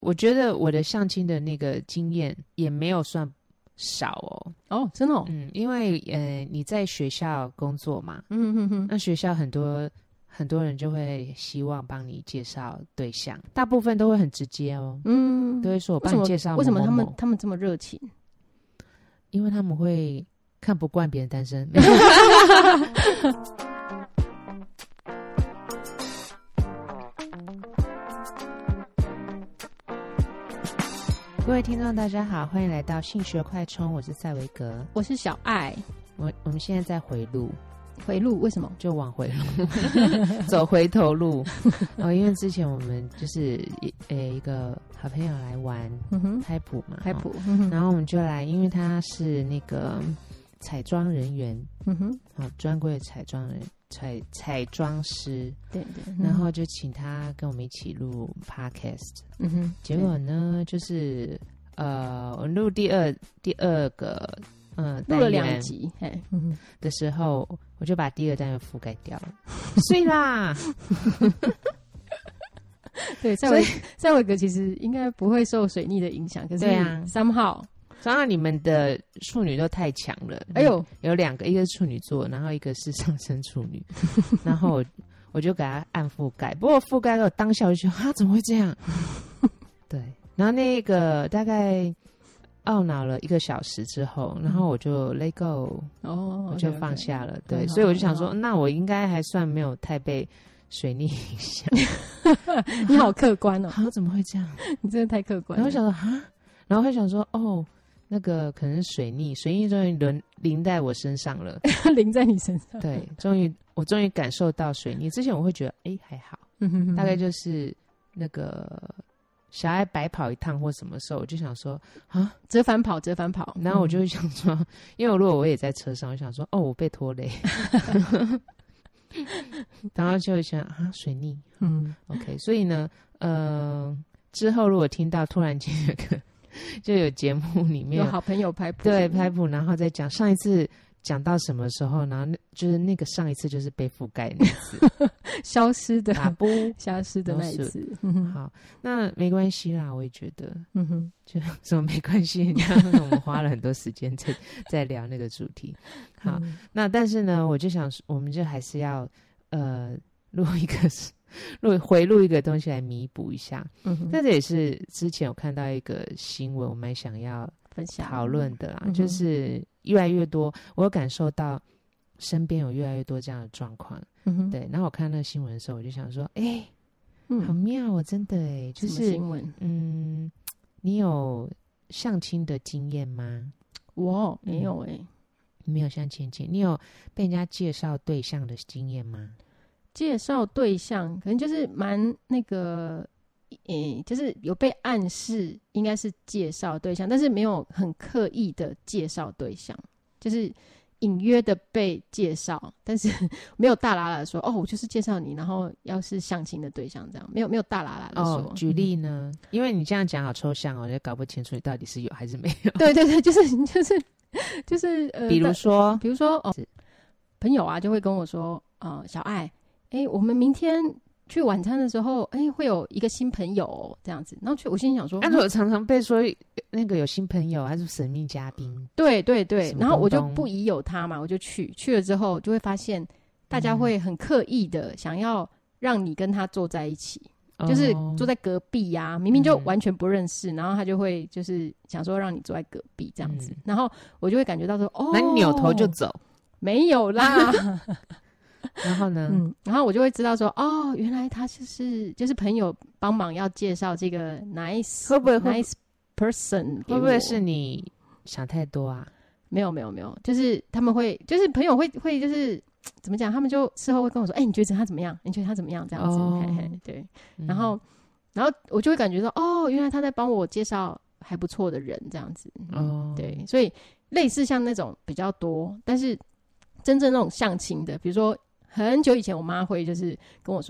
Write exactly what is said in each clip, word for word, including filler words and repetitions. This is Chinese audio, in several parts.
我觉得我的相亲的那个经验也没有算少哦。 哦，真的哦。 嗯，因为呃你在学校工作嘛， 嗯哼哼， 那学校很多很多人就会希望帮你介绍对象，大部分都会很直接哦。嗯，都会说我帮你介绍某某某。 为什么他们他们这么热情？ 因为他们会看不惯别人单身。各位听众大家好，欢迎来到性学快充，我是赛维格， 我是小爱。 我我们现在在回路， 回路为什么？ 就往回路，走回头路。哦，因为之前我们就是一呃一个好朋友来玩拍谱嘛， 拍谱， 然后我们就来，因为他是那个彩妆人员，嗯哼，好专柜彩妆人。彩彩妆师， 对对、嗯， 然后就请他跟我们一起录 podcast， 嗯哼，结果呢，就是呃，我录第二第二个，嗯， 录了两集，嘿，嗯的时候，我就把第二单元覆盖掉了，碎啦。 对，赛维赛维格其实应该不会受水逆的影响，可是somehow。 当然你们的处女都太强了， 哎呦， 有两个，一个是处女座，然后一个是上升处女，然后我我就给他按覆盖，不过覆盖到当下我就觉得啊怎么会这样？对，然后那个大概懊恼了一个小时之后，然后我就 let go， 哦，我就放下了， okay, okay. 对，所以我就想说，那我应该还算没有太被水逆影响。 你好客观哦， 啊怎么会这样？ 你真的太客观了。 然后我想说啊，然后会想说哦。那个可能是水逆，水逆终于轮淋在我身上了， 淋在你身上。 对，终于我终于感受到水逆。之前我会觉得，哎，还好，嗯哼哼，大概就是那个小爱白跑一趟或什么时候，我就想说啊， 折返跑，折返跑。 然后我就会想说，嗯、因为如果我也在车上，我想说，哦，我被拖累，然后就会想啊，水逆，嗯 ，OK， 所以呢，呃，之后如果听到突然间有个。就有节目里面有好朋友拍谱， 对拍谱，然后再讲上一次讲到什么时候，然后就是那个上一次就是被覆盖那一次， 消失的打不消失的那一次。 好，那没关系啦，我也觉得，嗯哼，就什么没关系，你看我们花了很多时间在在聊那个主题。好，嗯、那但是呢，我就想，我们就还是要呃录一个。录回录一个东西来弥补一下，嗯，这也是之前有看到一个新闻，我蛮想要分享讨论的啦，嗯、就是越来越多，我有感受到身边有越来越多这样的状况，嗯，对。然后我看那个新闻的时候，我就想说，哎、欸嗯，好妙哦，真的哎，就是新闻， 嗯，你有相亲的经验吗？ 我没有哎、欸， 没有相亲经验，你有被人家介绍对象的经验吗？ 介绍对象可能就是蛮那个，诶，就是有被暗示应该是介绍对象，但是没有很刻意的介绍对象，就是隐约的被介绍，但是没有大喇喇的说哦，我就是介绍你，然后要是相亲的对象这样，没有没有大喇喇的说。 哦，举例呢？嗯、因为你这样讲好抽象哦，我就搞不清楚你到底是有还是没有。 对对对，就是就是就是呃， 比如说， 比如说哦，朋友啊就会跟我说，呃，小爱。哎，我们明天去晚餐的时候，哎，会有一个新朋友、哦、这样子。然后去，我心里想说， 但是我常常被说那个有新朋友，还是神秘嘉宾。 对对对，然后我就不疑有他嘛，我就去去了之后，就会发现大家会很刻意的想要让你跟他坐在一起，嗯、就是坐在隔壁呀、啊，明明就完全不认识，嗯、然后他就会就是想说让你坐在隔壁这样子，嗯、然后我就会感觉到说，哦， 那你扭头就走， 没有啦。 然后呢？ 嗯，然后我就会知道说，哦，原来他就是就是朋友帮忙要介绍这个 nice 会不会 nice person， 会不会是你想太多啊？ 没有没有没有，就是他们会，就是朋友会会就是怎么讲？他们就事后会跟我说，哎、欸，你觉得他怎么样？你觉得他怎么样？这样子，哦、嘿嘿对。然后、嗯、然后我就会感觉到，哦，原来他在帮我介绍还不错的人，这样子。哦，对，所以类似像那种比较多，但是真正那种相亲的，比如说。很久以前我妈会就是跟我说，哎、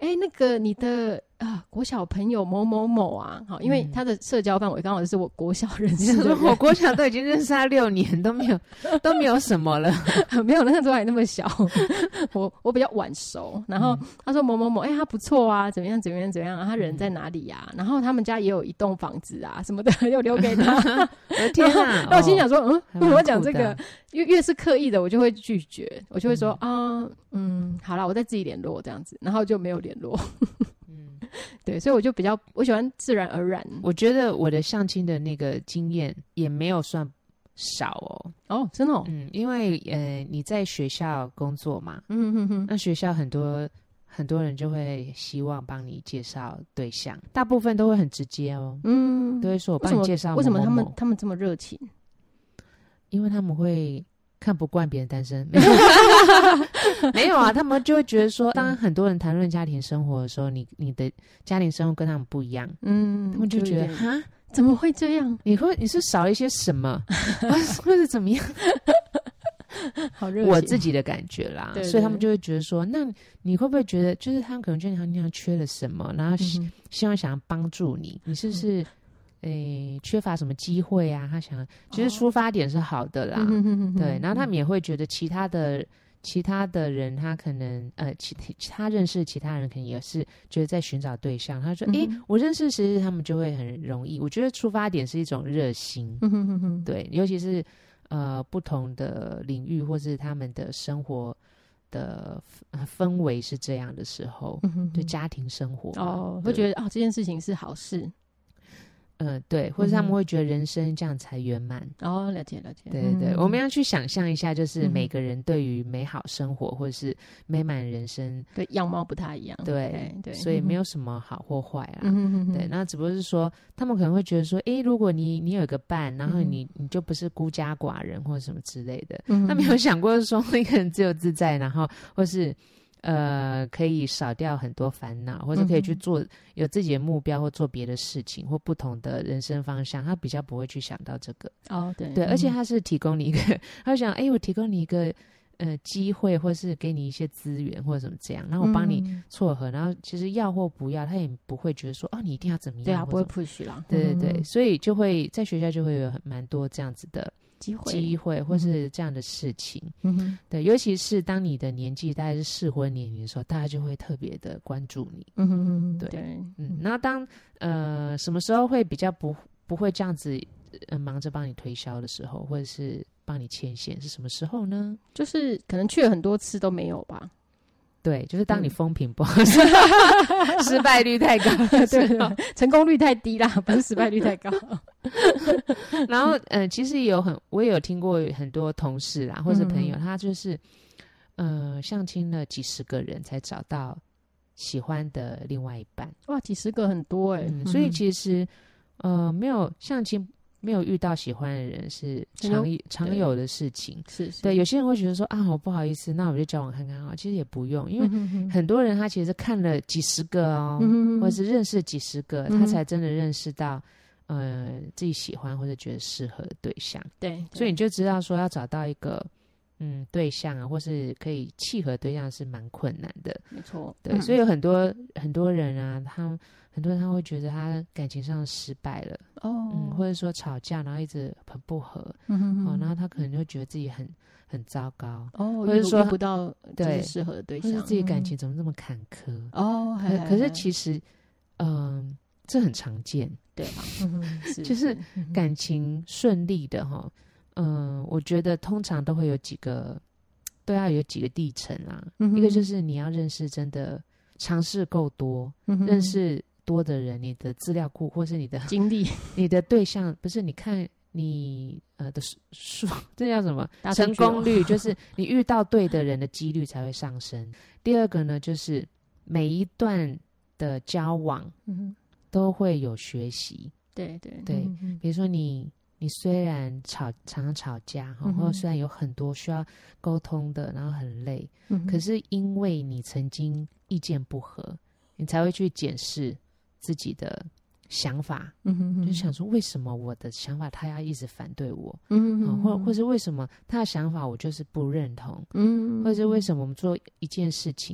哎、欸，那个你的啊国小朋友某某某啊，好，因为他的社交范围刚好是我国小认识的人， 我国小都已经认识他六年，都没有都没有什么了， 没有那时候还那么小，我我比较晚熟。然后他说某某某，哎、欸，他不错啊，怎么样怎么样怎么样、啊，他人在哪里呀、啊？然后他们家也有一栋房子啊，什么的，又留给他。 我的天啊！ 那我心想说，嗯， 哦、 我讲这个越越是刻意的，我就会拒绝，我就会说啊、嗯，嗯，好啦，我再自己联络这样子，然后就没有联络。嗯，对，所以我就比较我喜欢自然而然。 我觉得我的相亲的那个经验也没有算少哦。 哦，真的哦。 嗯，因为呃你在学校工作嘛， 嗯哼哼， 那学校很多很多人就会希望帮你介绍对象，大部分都会很直接哦。嗯，都会说我帮你介绍某某某。 为什么他们他们这么热情？ 因为他们会看不惯别人单身。没有啊，他们就会觉得说，当很多人谈论家庭生活的时候，你你的家庭生活跟他们不一样，嗯，他们就觉得哈， 怎么会这样？ 你会你是少了一些什么，或者怎么样？ 好热情， 我自己的感觉啦，对对，所以他们就会觉得说，那你会不会觉得，就是他们可能觉得你好像缺了什么，然后希、嗯、希望想要帮助你，你是不是？嗯诶，缺乏什么机会啊？他想，其实出发点是好的啦，哦、对。然后他们也会觉得其他的其他的人，他可能呃，其其他认识其他人，可能也是觉得在寻找对象。他说：“诶，我认识谁，他们就会很容易。”我觉得出发点是一种热心，对，尤其是呃不同的领域或是他们的生活的氛围是这样的时候，就家庭生活哦，会觉得哦这件事情是好事。 嗯、呃，对，或者他们会觉得人生这样才圆满、 嗯、哦，了解了解， 对对对、嗯，我们要去想象一下，就是每个人对于美好生活、嗯、或者是美满人生， 对样貌不太一样， 对对, 对， 所以没有什么好或坏啦、 嗯， 对，那只不过是说，他们可能会觉得说，诶，如果你你有一个伴，然后你、嗯、你就不是孤家寡人或者什么之类的，嗯，他没有想过说那个人自由自在，然后或是。呃，可以少掉很多烦恼，或者可以去做、嗯、有自己的目标，或做别的事情，或不同的人生方向，他比较不会去想到这个。 哦，对对， 嗯、 而且他是提供你一个，他会想，哎，我提供你一个呃机会，或是给你一些资源，或者什么这样，然后我帮你撮合、嗯，然后其实要或不要，他也不会觉得说，哦，你一定要怎么样， 对啊，不会 push 啦。 对对对、 嗯， 所以就会在学校就会有很蛮多这样子的。 机会机会或是这样的事情、 嗯、 对，尤其是当你的年纪大概是适婚年龄的时候，大家就会特别的关注你。 嗯哼对， 对嗯，然后当呃什么时候会比较不不会这样子、呃、忙着帮你推销的时候，或者是帮你牵线，是什么时候呢？ 就是可能去了很多次都没有吧。 对，就是当你风评不好、嗯、失败率太高对, 对, 对，成功率太低啦，不是失败率太高。 然后呃其实也有很我也有听过很多同事啦或者朋友、嗯、他就是呃相亲了几十个人才找到喜欢的另外一半。 哇，几十个很多耶、 嗯、所以其实呃没有相亲没有遇到喜欢的人是常常有的事情。 是是， 对，有些人会觉得说啊，我不好意思，那我就交往看看啊。其实也不用，因为很多人他其实看了几十个哦，嗯、或者是认识几十个、嗯，他才真的认识到呃自己喜欢或者觉得适合的对象。 对， 所以你就知道说要找到一个嗯对象啊，或是可以契合对象是蛮困难的。 没错， 对、嗯，所以有很多很多人啊，他。很多人他会觉得他感情上失败了哦、嗯，或者说吵架然后一直很不合、嗯哼哼哦、然后他可能就觉得自己很很糟糕哦， 或者说遇不到对适合的对象， 或者自己感情怎么这么坎坷、嗯、 哦， 可, 可是其实嗯、呃，这很常见， 对吧、嗯、是就是感情顺利的哈，嗯、呃，我觉得通常都会有几个都要有几个历程啦、嗯、一个就是你要认识真的尝试够多、嗯、认识多的人，你的资料库或是你的经历，你的对象不是你看你呃的数，这叫什么？成功率，就是你遇到对的人的几率才会上升。第二个呢，就是每一段的交往，嗯、都会有学习。 对对对、 嗯， 比如说你你虽然吵常常吵架，嗯、或者虽然有很多需要沟通的，然后很累，嗯、可是因为你曾经意见不合，你才会去检视自己的想法，嗯哼哼，就想说为什么我的想法他要一直反对我，嗯哼哼，或或是为什么他的想法我就是不认同，嗯哼哼，或者是为什么我们做一件事情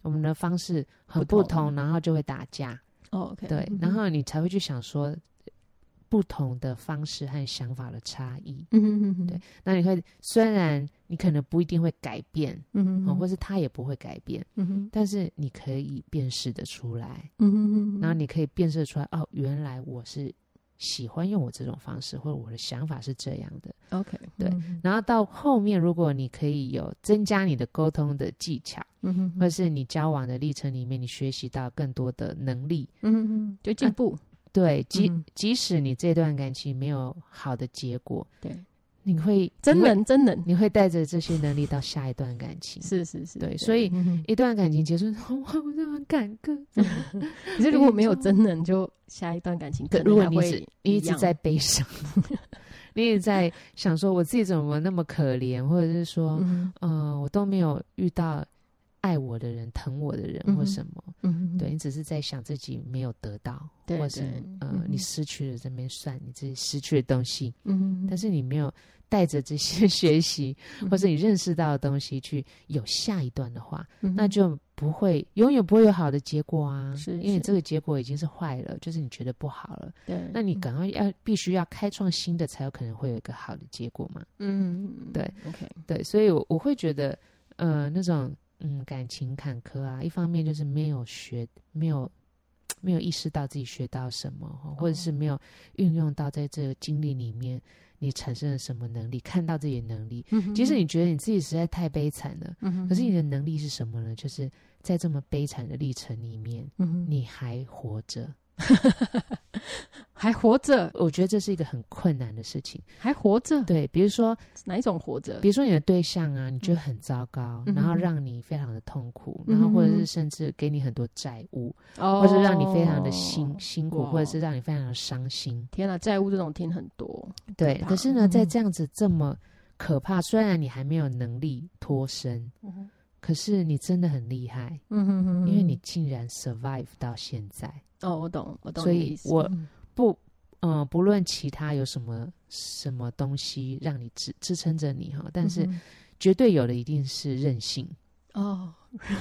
我们的方式很不同， 不同然后就会打架。 哦 OK， 对， 嗯、 然后你才会去想说不同的方式和想法的差异。 嗯哼哼哼， 对，那你会虽然你可能不一定会改变， 嗯哼哼、 哦，或是他也不会改变， 嗯哼， 但是你可以辨识得出来， 嗯哼哼哼， 然后你可以辨识出来，哦，原来我是喜欢用我这种方式，或者我的想法是这样的。 OK， 对、 嗯、 然后到后面如果你可以有增加你的沟通的技巧， 嗯哼哼， 或是你交往的历程里面你学习到更多的能力， 嗯哼哼，就进步、啊、 对，即、 嗯、 即使你这段感情没有好的结果， 对， 你会真能真能， 你会带着这些能力到下一段感情。 是是是， 对，所以、嗯、一段感情结束哇，我真的很感慨。 可是如果没有真能，就下一段感情可能还会， 如果你是你一直在悲伤你一直在想说我自己怎么那么可怜，或者是说嗯、呃，我都没有遇到爱我的人疼我的人、嗯、或什么、嗯、对，你只是在想自己没有得到， 对， 或是呃、嗯，你失去了这边算你自己失去的东西， 嗯， 但是你没有带着这些学习、嗯、或是你认识到的东西去有下一段的话、嗯、那就不会永远不会有好的结果啊， 是， 因为这个结果已经是坏了，就是你觉得不好了， 对， 那你赶快要必须要开创新的，才有可能会有一个好的结果嘛。 嗯， 对 ，OK， 对，所以我我会觉得呃那种嗯感情坎坷啊，一方面就是没有学没有没有意识到自己学到什么，或者是没有运用到在这个经历里面你产生了什么能力，看到自己的能力、嗯、即使你觉得你自己实在太悲惨了、嗯、可是你的能力是什么呢？就是在这么悲惨的历程里面、嗯、你还活着还活着， 我觉得这是一个很困难的事情。 还活着， 对，比如说哪一种活着？ 比如说你的对象啊，你觉得很糟糕、嗯、然后让你非常的痛苦、 嗯、 然后或者是甚至给你很多债务、嗯、或者让你非常的辛辛苦，或者是让你非常的伤心。 天哪，债务这种听很多。 对，可是呢、嗯、在这样子这么可怕，虽然你还没有能力脱身、嗯、可是你真的很厉害、 嗯、哼哼哼， 因为你竟然 survive 到现在。 哦，我懂我懂， 所以我不呃不论其他有什么什么东西让你支支撑着你哈，但是绝对有的一定是韧性哦。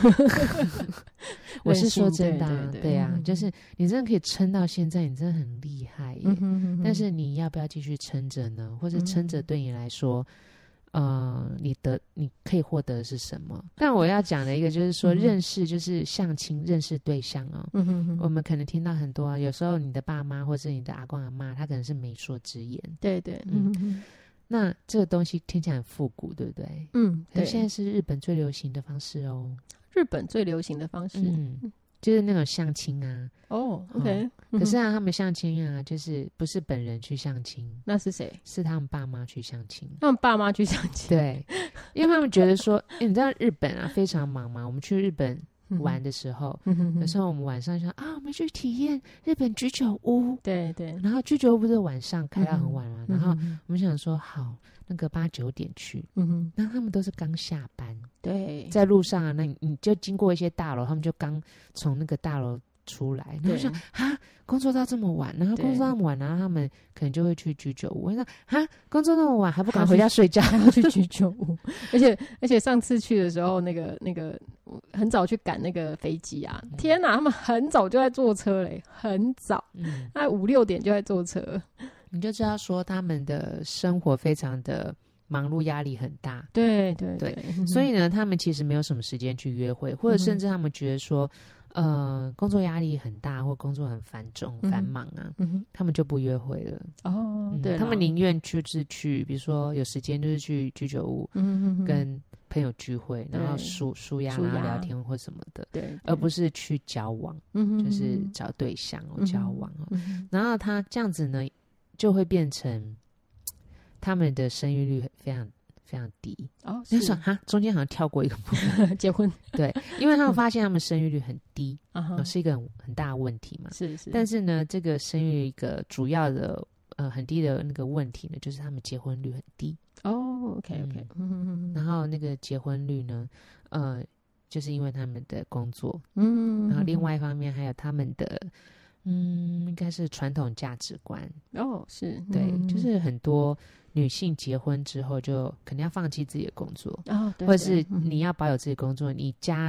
我是说真的、啊，对, 对, 对, 对啊、嗯，就是你真的可以撑到现在，你真的很厉害耶、嗯、哼哼哼，但是你要不要继续撑着呢？或者撑着对你来说、嗯、呃，你得你可以获得的是什么？但我要讲的一个就是说，认识就是相亲认识对象啊、哦嗯哼哼，我们可能听到很多啊，有时候你的爸妈或是你的阿公阿嬷，他可能是媒妁之言， 对对， 嗯哼，那这个东西听起来很复古，对不对？嗯，对。现在是日本最流行的方式哦， 日本最流行的方式， 嗯，就是那种相亲啊。 哦 ，OK、 嗯。可是啊，他们相亲啊，就是不是本人去相亲， 那是谁？ 是他们爸妈去相亲。 他们爸妈去相亲， 对，因为他们觉得说，欸、你知道日本啊非常忙嘛，我们去日本玩的时候、嗯、有时候我们晚上就说啊，我们去体验日本居酒屋， 对对， 然后居酒屋不是晚上开到很晚嘛、 嗯、 然后我们想说好那个八九点去，嗯哼，那他们都是刚下班， 对， 在路上啊，那你就经过一些大楼，他们就刚从那个大楼出来，然后想啊，工作到这么晚，然后工作到那么晚，然后他们可能就会去居酒屋。我说啊，工作那么晚还不赶快回家睡觉， 还要去居酒屋？而且而且上次去的时候，那个那个很早去赶那个飞机啊，嗯、天哪，他们很早就在坐车嘞，很早，嗯，那五六点就在坐车， 你就知道说他们的生活非常的忙碌，压力很大， 对对 对, 对、嗯，所以呢，他们其实没有什么时间去约会，或者甚至他们觉得说。呃，工作压力很大，或工作很繁重、嗯、繁忙啊、嗯，他们就不约会了。 哦，嗯、对， 他们宁愿就是去，比如说有时间就是去居酒屋，嗯，跟朋友聚会，然后舒舒压，然后聊天或什么的， 对， 而不是去交往，嗯，就是找对象哦、嗯，交往哦、嗯。然后他这样子呢，就会变成他们的生育率非常。非常低哦， 你说哈，中间好像跳过一个部分， 结婚对，因为他们发现他们生育率很低，嗯、是一个 很, 很大的问题嘛， 是是。 但是呢，这个生育一个主要的呃很低的那个问题呢，就是他们结婚率很低哦 ，OK OK， 嗯、然后那个结婚率呢，呃，就是因为他们的工作，嗯，然后另外一方面还有他们的。嗯，应该是传统价值观哦，是对、 嗯， 就是很多女性结婚之后就肯定要放弃自己的工作哦，对， 或者是你要保有自己的工作，嗯、你家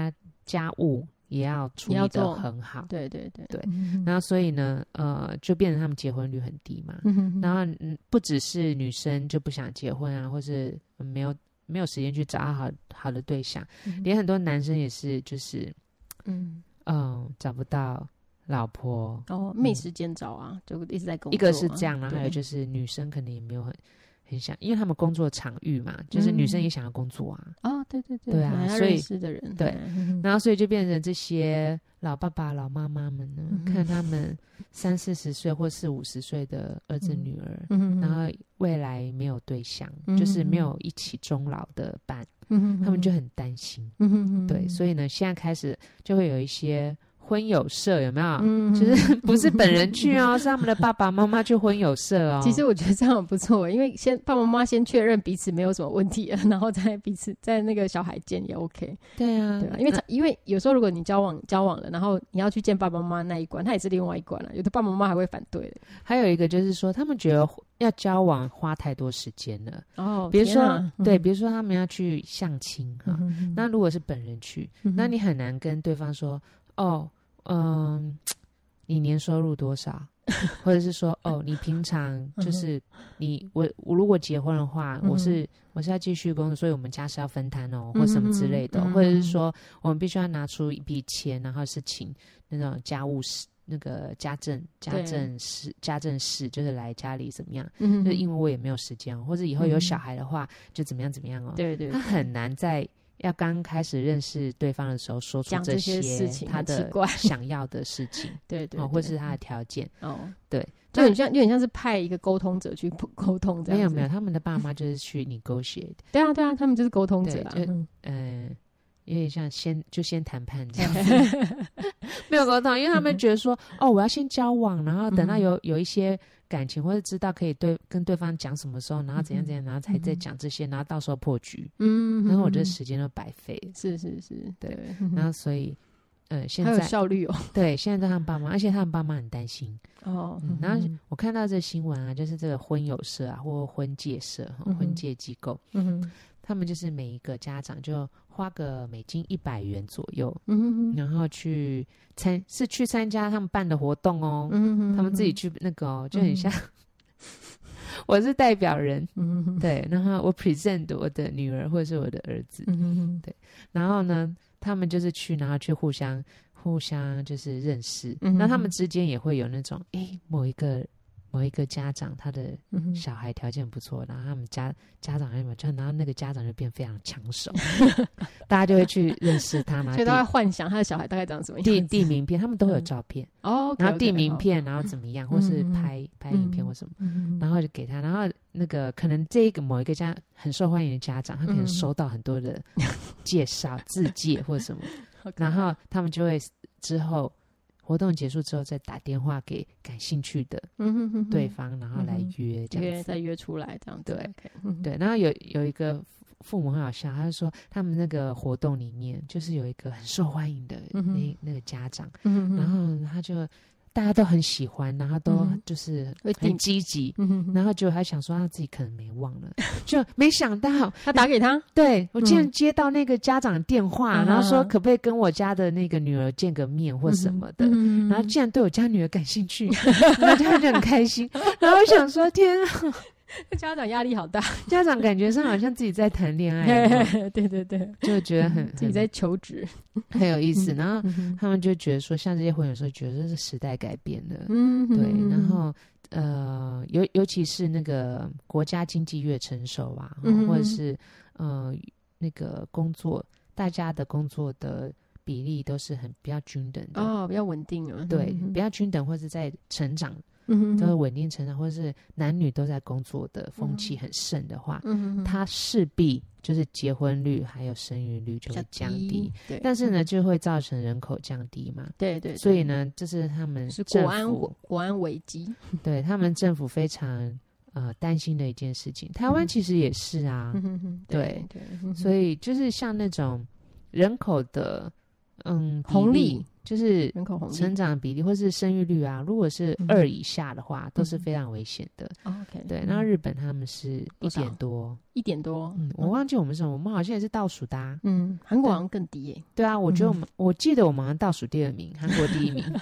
家务也要处理得很好， 对对对对、 嗯、 然后所以呢呃就变成他们结婚率很低嘛、 嗯、 然后、嗯、不只是女生就不想结婚啊，或是没有没有时间去找好好的对象、嗯、连很多男生也是就是嗯嗯找不到老婆哦，没时间找啊、嗯、就一直在工作、啊、 一个是这样，然后还有就是女生可能也没有很很想，因为他们工作场域嘛，就是女生也想要工作啊。 哦，对对对， 对啊，所以认识的人对，然后所以就变成这些老爸爸、老妈妈们呢，嗯、看他们三四十岁或四五十岁的儿子女儿，嗯、然后未来没有对象，嗯、就是没有一起终老的伴，嗯、他们就很担心。嗯、对，所以呢，现在开始就会有一些。婚友社有没有、嗯、就是不是本人去哦是他们的爸爸妈妈去婚友社哦。 其实我觉得这样很不错，因为先爸爸妈妈先确认彼此没有什么问题了，然后再彼此在那个小孩见也 OK。 对啊， 对啊，因为、嗯、因为有时候如果你交往交往了，然后你要去见爸爸妈妈那一关，他也是另外一关了，有的爸爸妈妈还会反对的。 还有一个就是说他们觉得要交往花太多时间了哦， 比如说、 啊、 对，比如说他们要去相亲、嗯、那如果是本人去、嗯、那你很难跟对方说哦嗯，你年收入多少？或者是说，哦，你平常就是你我我如果结婚的话，嗯、我是我是要继续工作，所以我们家是要分摊哦，或什么之类的，嗯、或者是说我们必须要拿出一笔钱，然后是请那种家务事那个家政家政室家政室就是来家里怎么样？嗯，就是因为我也没有时间，或者以后有小孩的话，嗯、就怎么样怎么样哦。 对 对, 对， 他很难在。要刚开始认识对方的时候说出这些事情他的想要的事情对, 对, 对、 哦、或是他的条件哦， 对， 就很像有点像是派一个沟通者去沟通这样子。 没有没有，他们的爸妈就是去 negotiate 对啊对啊，他们就是沟通者啊， 对就嗯、呃有点像先就先谈判这样子没有沟通，因为他们觉得说哦我要先交往，然后等到有有一些感情或者知道可以对跟对方讲什么时候，然后怎样怎样，然后才再讲这些，然后到时候破局，嗯，然后我这时间都白费了， 是是是， 对，然后所以呃现在还有效率哦， 对，现在他们爸妈，而且他们爸妈很担心哦、嗯。然后我看到这新闻啊，就是这个婚友社啊，或婚介社、嗯、婚介机构，嗯哼，他们就是每一个家长就花个美金一百元左右，嗯哼，然后去参是去参加他们办的活动哦，嗯哼，他们自己去那个哦，就很像、嗯、我是代表人，嗯哼，对，然后我 present 我的女儿或者是我的儿子，嗯哼，对，然后呢，他们就是去，然后去互相互相就是认识，嗯、那他们之间也会有那种，哎，某一个。某一个家长他的小孩条件不错、嗯、然后他们家家长还有然后那个家长就变非常抢手大家就会去认识他嘛， 所以他会幻想他的小孩大概长什么样子， 递递名片，他们都会有照片、嗯哦 okay, 然后递名片、okay, 然后怎么样、嗯、或是拍、嗯、拍影片或什么、嗯、然后就给他，然后那个可能这个某一个家很受欢迎的家长他可能收到很多的介绍、嗯、自介或什么然后他们就会之后活动结束之后再打电话给感兴趣的对方、嗯、哼哼然后来约这样子、 约再约出来这样子， 对、 okay, 对，然后有有一个父母很好笑，他就说他们那个活动里面就是有一个很受欢迎的那、嗯、那个家长、嗯、然后他就大家都很喜欢，然后都就是很积极、嗯、然后就还想说他自己可能没忘了就没想到他打给他， 对，我竟然接到那个家长电话、嗯、然后说可不可以跟我家的那个女儿见个面或什么的、嗯、然后竟然对我家女儿感兴趣然后家就很开心然后我想说天啊家长压力好大， 家长感觉上好像自己在谈恋爱对对对， 就觉得很自己在求职很有意思、嗯、然后他们就觉得说像这些婚友说觉得这是时代改变了，嗯，对，然后呃尤尤其是那个国家经济越成熟啊、嗯、或者是呃那个工作大家的工作的比例都是很比较均等的哦，比较稳定啊， 对、嗯、比较均等或是在成长嗯，都是稳定成长，或者是男女都在工作的风气很盛的话，嗯，它势必就是结婚率还有生育率就会降低，对，但是呢就会造成人口降低嘛， 对 对, 对， 所以呢这是他们是国安国安危机， 对他们政府非常呃担心的一件事情。台湾其实也是啊，嗯、对 对, 对，所以就是像那种人口的嗯红利就是人口红利成长比例或是生育率啊，如果是二以下的话，嗯、都是非常危险的。 哦、OK， 对，然后日本他们是一点多， 一点多， 嗯，我忘记我们什么，我们好像也是倒数的、啊， 嗯，韩国好像更低耶、欸。 对啊，我觉得我们，嗯、我记得我们好像倒数第二名，韩国第一名，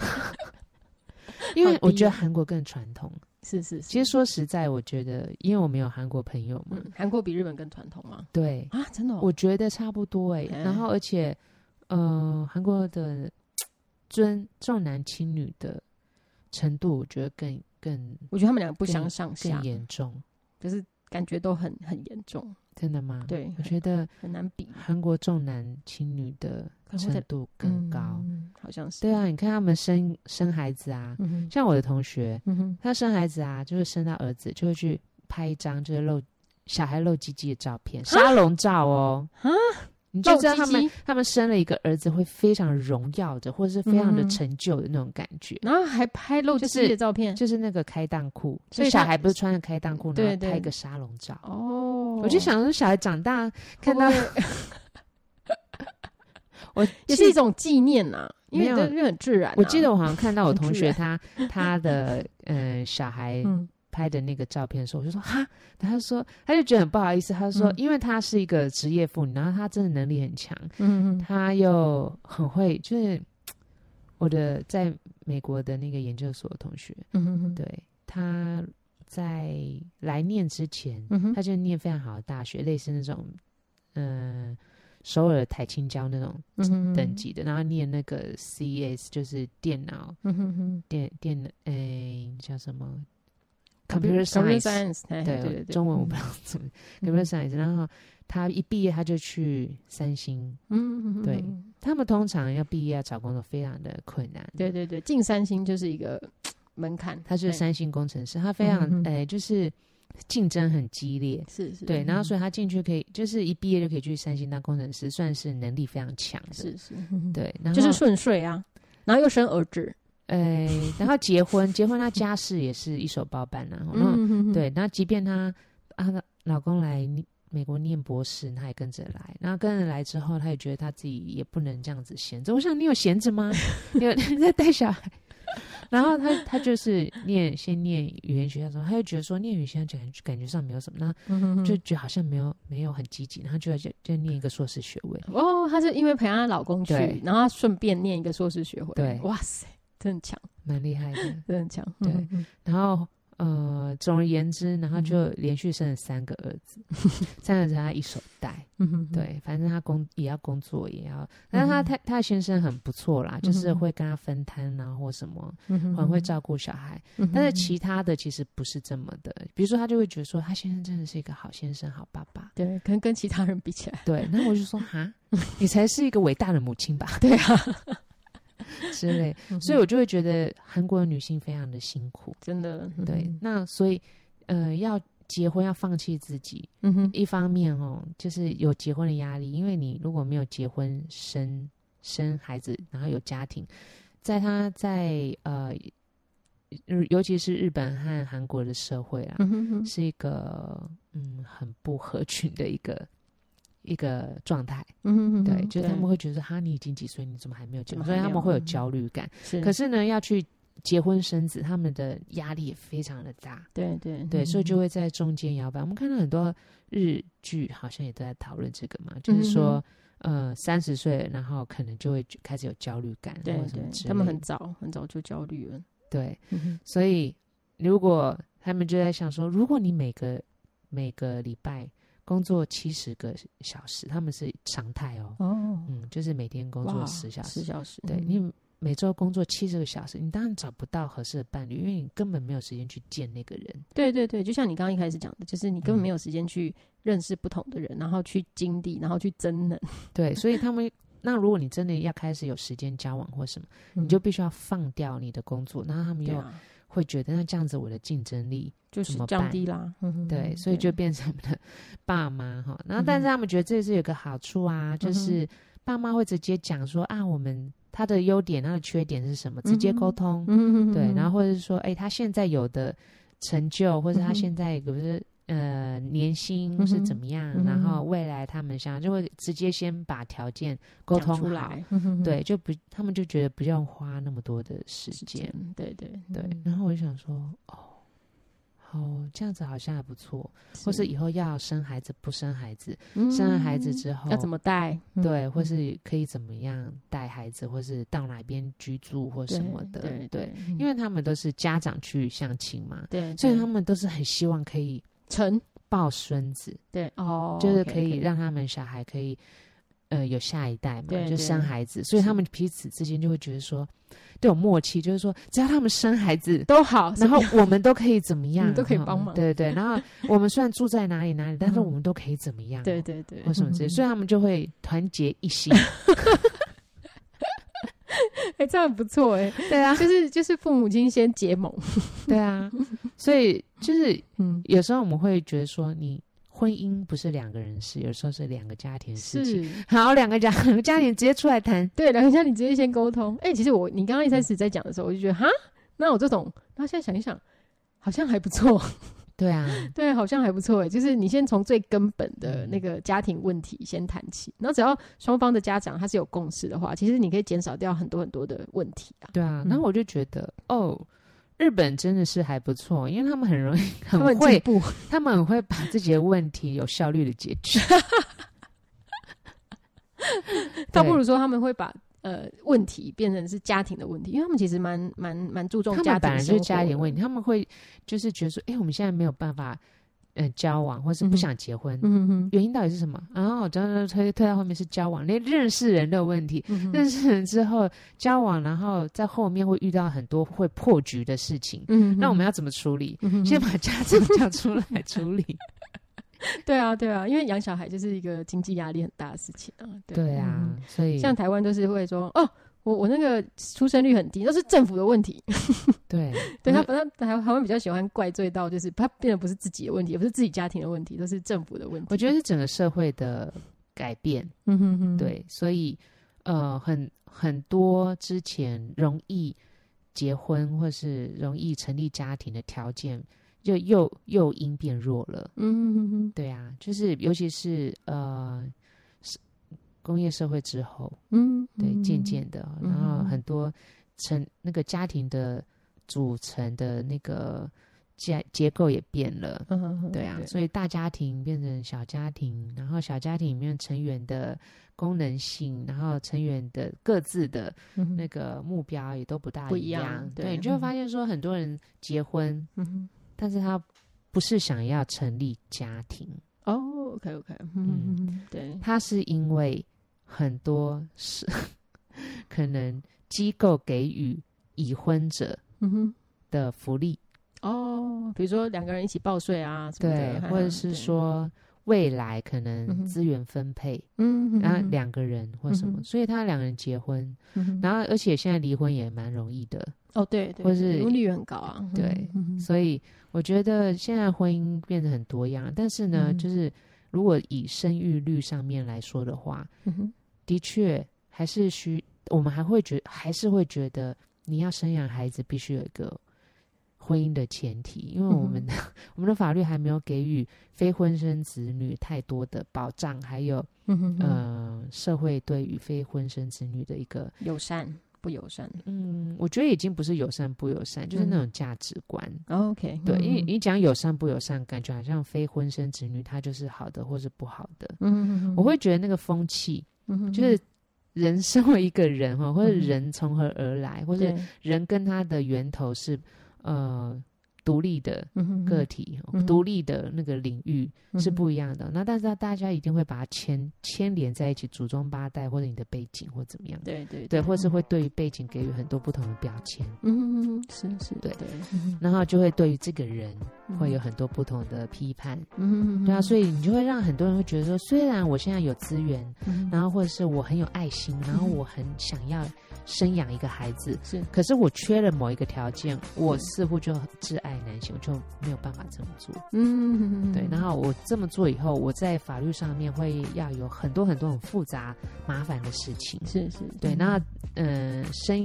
因为我觉得韩国更传统。 是是是， 其实说实在，我觉得，因为我没有韩国朋友嘛， 韩、嗯、国比日本更传统吗？ 对啊，真的、哦， 我觉得差不多哎、欸。然后而且，呃，韩国的尊重男轻女的程度，我觉得更更， 我觉得他们两个不相上下， 更严重， 就是感觉都很很严重。 真的吗？ 对， 我觉得很难比。 韩国重男轻女的程度更高， 嗯、好像是。 对啊，你看他们生生孩子啊， 嗯、 像我的同学， 嗯、 他生孩子啊，就是生到儿子就会去拍一张就是露小孩露鸡鸡的照片，沙龙照哦。啊，你就知道他们他们生了一个儿子会非常荣耀的，或者是非常的成就的那种感觉。 然后还拍露鸡鸡的照片， 就是、就是那个开裆裤，所以小孩不是穿着开裆裤，然后拍一个沙龙照。哦，我就想说，小孩长大看到， 我也是一种纪念呐、啊，因为这很自然、啊。 我记得我好像看到我同学他他的呃小孩。 嗯拍的那个照片的时候，我就说哈，他就说他就觉得很不好意思，他说、嗯、因为他是一个职业妇女，然后他真的能力很强， 嗯， 他又很会，就是我的在美国的那个研究所的同学， 嗯对，他在来念之前， 嗯、 他就念非常好的大学，类似那种嗯、呃、首尔台清交那种等级的， 嗯、 然后念那个 C S 就是电脑， 嗯、 电电诶叫什么？Computer Science，, science 对, 对, 对对对， 中文我不知道怎么、嗯、Computer Science， 然后他一毕业他就去三星， 嗯， 对，他们通常要毕业要找工作非常的困难， 对对对，进三星就是一个门槛， 他是三星工程师，他非常诶、呃、就是竞争很激烈， 是是， 对，然后所以他进去可以就是一毕业就可以去三星当工程师，算是能力非常强的， 是是， 对，然后就是顺遂啊，然后又生儿子。 呃，然后结婚，结婚她家世也是一手包办啊。然后、 嗯、 对，然后即便她啊老公来美国念博士，她也跟着来。然后跟着来之后，她也觉得她自己也不能这样子闲着。我想你有闲着吗？你有你在带小孩？然后她她就是念先念语言学校的时候，她就觉得说念语言学校感觉感觉上没有什么，那就觉得好像没有没有很积极，然后就就就念一个硕士学位。 哦，她是因为陪她老公去，然后她顺便念一个硕士学位。 对， 哇塞。真很强， 蛮厉害的， 真的很强。 对， 嗯嗯然后呃，总而言之，然后就连续生了三个儿子，嗯、三个儿子他一手带。 嗯哼， 对，反正他工也要工作，也要，但是他他他的先生很不错啦，嗯、就是会跟他分摊啊，或什么， 嗯、 很会照顾小孩。嗯、但是其他的其实不是这么的，比如说他就会觉得说，他先生真的是一个好先生、好爸爸。 对，可能跟其他人比起来， 对，那我就说，哈，你才是一个伟大的母亲吧？ 对啊。 之类，所以我就会觉得韩国的女性非常的辛苦， 真的。 对，嗯、那所以呃，要结婚要放弃自己， 嗯哼， 一方面哦，就是有结婚的压力，因为你如果没有结婚生生孩子，然后有家庭，在他在呃，尤其是日本和韩国的社会啊， 嗯哼哼， 是一个嗯很不合群的一个。一个状态， 嗯哼哼， 对，就是他们会觉得哈，你已经几岁，你怎么还没有结婚？所以他们会有焦虑感。 是， 可是呢，要去结婚生子，他们的压力也非常的大。 对对对，所以就会在中间摇摆。我们看到很多日剧，好像也都在讨论这个嘛，就是说，呃，三十岁，然后可能就会开始有焦虑感， 对对，他们很早很早就焦虑了。 对， 嗯、 所以如果他们就在想说，如果你每个每个礼拜工作七十个小时，他们是常态哦。 哦， 嗯，就是每天工作十小时， 十小时。 对、嗯、你每周工作七十个小时，你当然找不到合适的伴侣，因为你根本没有时间去见那个人。 对对对，就像你刚刚一开始讲的，就是你根本没有时间去认识不同的人，嗯、然后去经历，然后去增能。 对，所以他们那如果你真的要开始有时间交往或什么，嗯、你就必须要放掉你的工作，然后他们又会觉得那这样子我的竞争力就是降低啦。 对，所以就变成我们的爸妈哈。然后但是他们觉得这是有个好处啊，嗯、就是爸妈会直接讲说啊，我们他的优点他的缺点是什么，直接沟通。 嗯、对， 然后或者是说哎，他现在有的成就，或者他现在比如说呃年薪是怎么样， 嗯、 然后未来他们想就会直接先把条件沟通好出来，嗯、 对，就不他们就觉得不用花那么多的时间， 对对对。然后我就想说，哦，好，这样子好像还不错，或是以后要生孩子不生孩子，嗯、生了孩子之后要怎么带， 对， 嗯、 或是可以怎么样带孩子，或是到哪边居住或什么的， 对 对, 对、 嗯， 因为他们都是家长去相亲嘛， 对， 所以他们都是很希望可以成抱孙子， 对哦， 就是可以 okay, okay 让他们小孩可以呃有下一代嘛， 对就生孩子，所以他们彼此之间就会觉得说都有默契，就是说只要他们生孩子都好， 然后我们都可以怎么样， 都可以帮忙， 对对对，然后我们虽然住在哪里哪里，但是我们都可以怎么样， 对对对， 或什么之类，所以他们就会团结一心。 哎、欸，这样不错哎、 欸，对啊， 就是就是父母亲先结盟， 对啊，所以就是嗯，有时候我们会觉得说，你婚姻不是两个人事，有时候是两个家庭的事情。好，两个家两个家庭直接出来谈， 对，两个家庭直接先沟通。哎、欸，其实我你刚刚一开始在讲的时候，我就觉得哈，那我这种，那现在想一想，好像还不错。 对啊， 对，好像还不错哎，就是你先从最根本的那个家庭问题先谈起，然后只要双方的家长他是有共识的话，其实你可以减少掉很多很多的问题啊。 对啊，然后我就觉得、嗯、哦，日本真的是还不错，因为他们很容易很会， 他们, 他们很会把自己的问题有效率的解决。 倒不如说他们会把呃，问题变成是家庭的问题，因为他们其实蛮蛮蛮注重家庭生活的， 他们本来就是家庭问题，他们会就是觉得说，哎、欸，我们现在没有办法呃交往，或是不想结婚，嗯哼，原因到底是什么？然后这样推推到后面是交往，连认识人的问题，嗯、认识人之后交往，然后在后面会遇到很多会破局的事情，嗯，那我们要怎么处理？嗯、先把家长叫出来处理。 对啊，对啊，因为养小孩就是一个经济压力很大的事情啊。对, 对啊、嗯，所以像台湾都是会说，哦，我我那个出生率很低，都是政府的问题。 对， 对他，他台台湾比较喜欢怪罪到，就是他变得不是自己的问题，也不是自己家庭的问题，都是政府的问题。 我觉得是整个社会的改变。 嗯哼哼， 对，所以呃，很很多之前容易结婚或是容易成立家庭的条件。就又又因变弱了， 嗯哼哼， 对啊，就是尤其是呃工业社会之后， 嗯， 对，渐渐的， 嗯、 然后很多成那个家庭的组成的那个结结构也变了， 嗯哼哼， 对啊， 对， 所以大家庭变成小家庭，然后小家庭里面成员的功能性，然后成员的各自的那个目标也都不大一样， 不一样对， 对，你就会发现说很多人结婚， 嗯哼。 但是他不是想要成立家庭哦 ，OK OK， 嗯，嗯对， 他是因为很多是可能机构给予已婚者的福利， 嗯、哦，比如说两个人一起报税啊什么的， 对，或者是说未来可能资源分配， 嗯， 然后两个人或什么，嗯、所以他两个人结婚，嗯、然后而且现在离婚也蛮容易的。 哦，对对， 或是离婚率很高啊， 对、 嗯， 所以我觉得现在婚姻变得很多样，但是呢，嗯、就是如果以生育率上面来说的话，嗯、的确还是需我们还会觉还是会觉得你要生养孩子必须有一个婚姻的前提，因为我们的、嗯、我们的法律还没有给予非婚生子女太多的保障，还有、嗯、呃社会对于非婚生子女的一个友善。不友善， 嗯，我觉得已经不是友善不友善，就是那种价值观。 嗯、OK， 对， 嗯、 因为你讲友善不友善，感觉好像非婚生子女他就是好的或是不好的。 嗯， 我会觉得那个风气，嗯，就是人身为一个人哈，或者人从何而来，嗯、或者人跟他的源头是呃独立的个体，独、嗯、立的那个领域是不一样的。嗯、那但是大家一定会把它牵牵连在一起，祖宗八代或者你的背景或怎么样， 对对 对, 对，或是会对于背景给予很多不同的标签。 嗯，是是， 对对。 然后就会对于这个人会有很多不同的批判。 嗯， 对啊，所以你就会让很多人会觉得说，虽然我现在有资源，嗯、然后或者是我很有爱心，然后我很想要生养一个孩子， 是， 可是我缺了某一个条件，我似乎就挚爱难行，我就没有办法这么做。 嗯， 对。然后我这么做以后，我在法律上面会要有很多很多很复杂麻烦的事情。 是是， 对。那嗯，生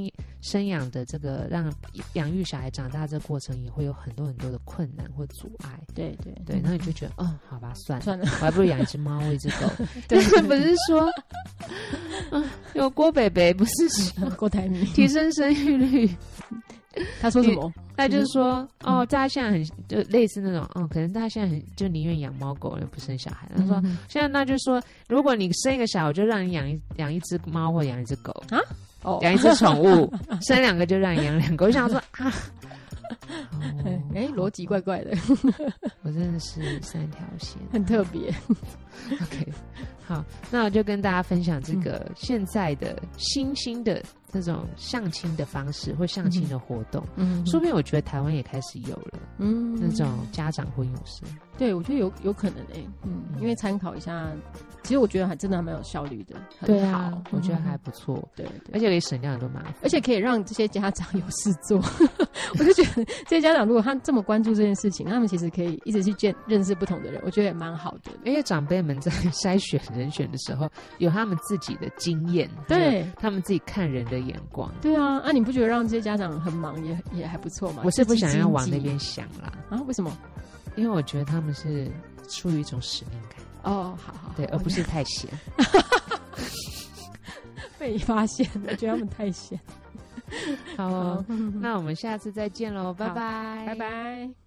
生养的这个让养育小孩长大这个过程，也会有很多很多的困难或阻碍。 对对对，然后你就觉得，哦，好吧，算了， 算了， 我还不如养一只猫或一只狗。对，不是说，啊，有郭北北不是说郭台铭提升生育率。 他说什么？ 他就是说，哦，大家现在很就类似那种，哦，可能大家现在很就宁愿养猫狗，而不生小孩。他说， 嗯、 现在那就说，如果你生一个小孩，我就让你养一养一只猫或养一只狗啊，哦， 养一只宠物，生两个就让你养两个。我想说啊， 哎、哦，逻辑怪怪的， 我真的是三条线， 很特别。 OK， 好，那我就跟大家分享这个现在的新兴的这种相亲的方式或相亲的活动，嗯，说不定我觉得台湾也开始有了，嗯，那种家长婚友社。对， 我觉得有有可能哎、欸，嗯，因为参考一下，其实我觉得还真的还蛮有效率的，很好， 对啊，我觉得还不错， 对， 而且可以省掉很多麻烦， 而且可以让这些家长有事做。我就觉得这些家长如果他这么关注这件事情，他们其实可以一直去见认识不同的人，我觉得也蛮好的。 因为长辈们在筛选人选的时候，有他们自己的经验， 对， 他们自己看人的眼光。 对啊，啊，你不觉得让这些家长很忙也也还不错吗？ 我是不想要往那边想啦。 啊？为什么？ 因为我觉得他们是出于一种使命感。 哦，好好， 对，而不是太闲。 被你发现，我觉得他们太闲。 好哦，那我们下次再见喽，拜拜， 拜拜。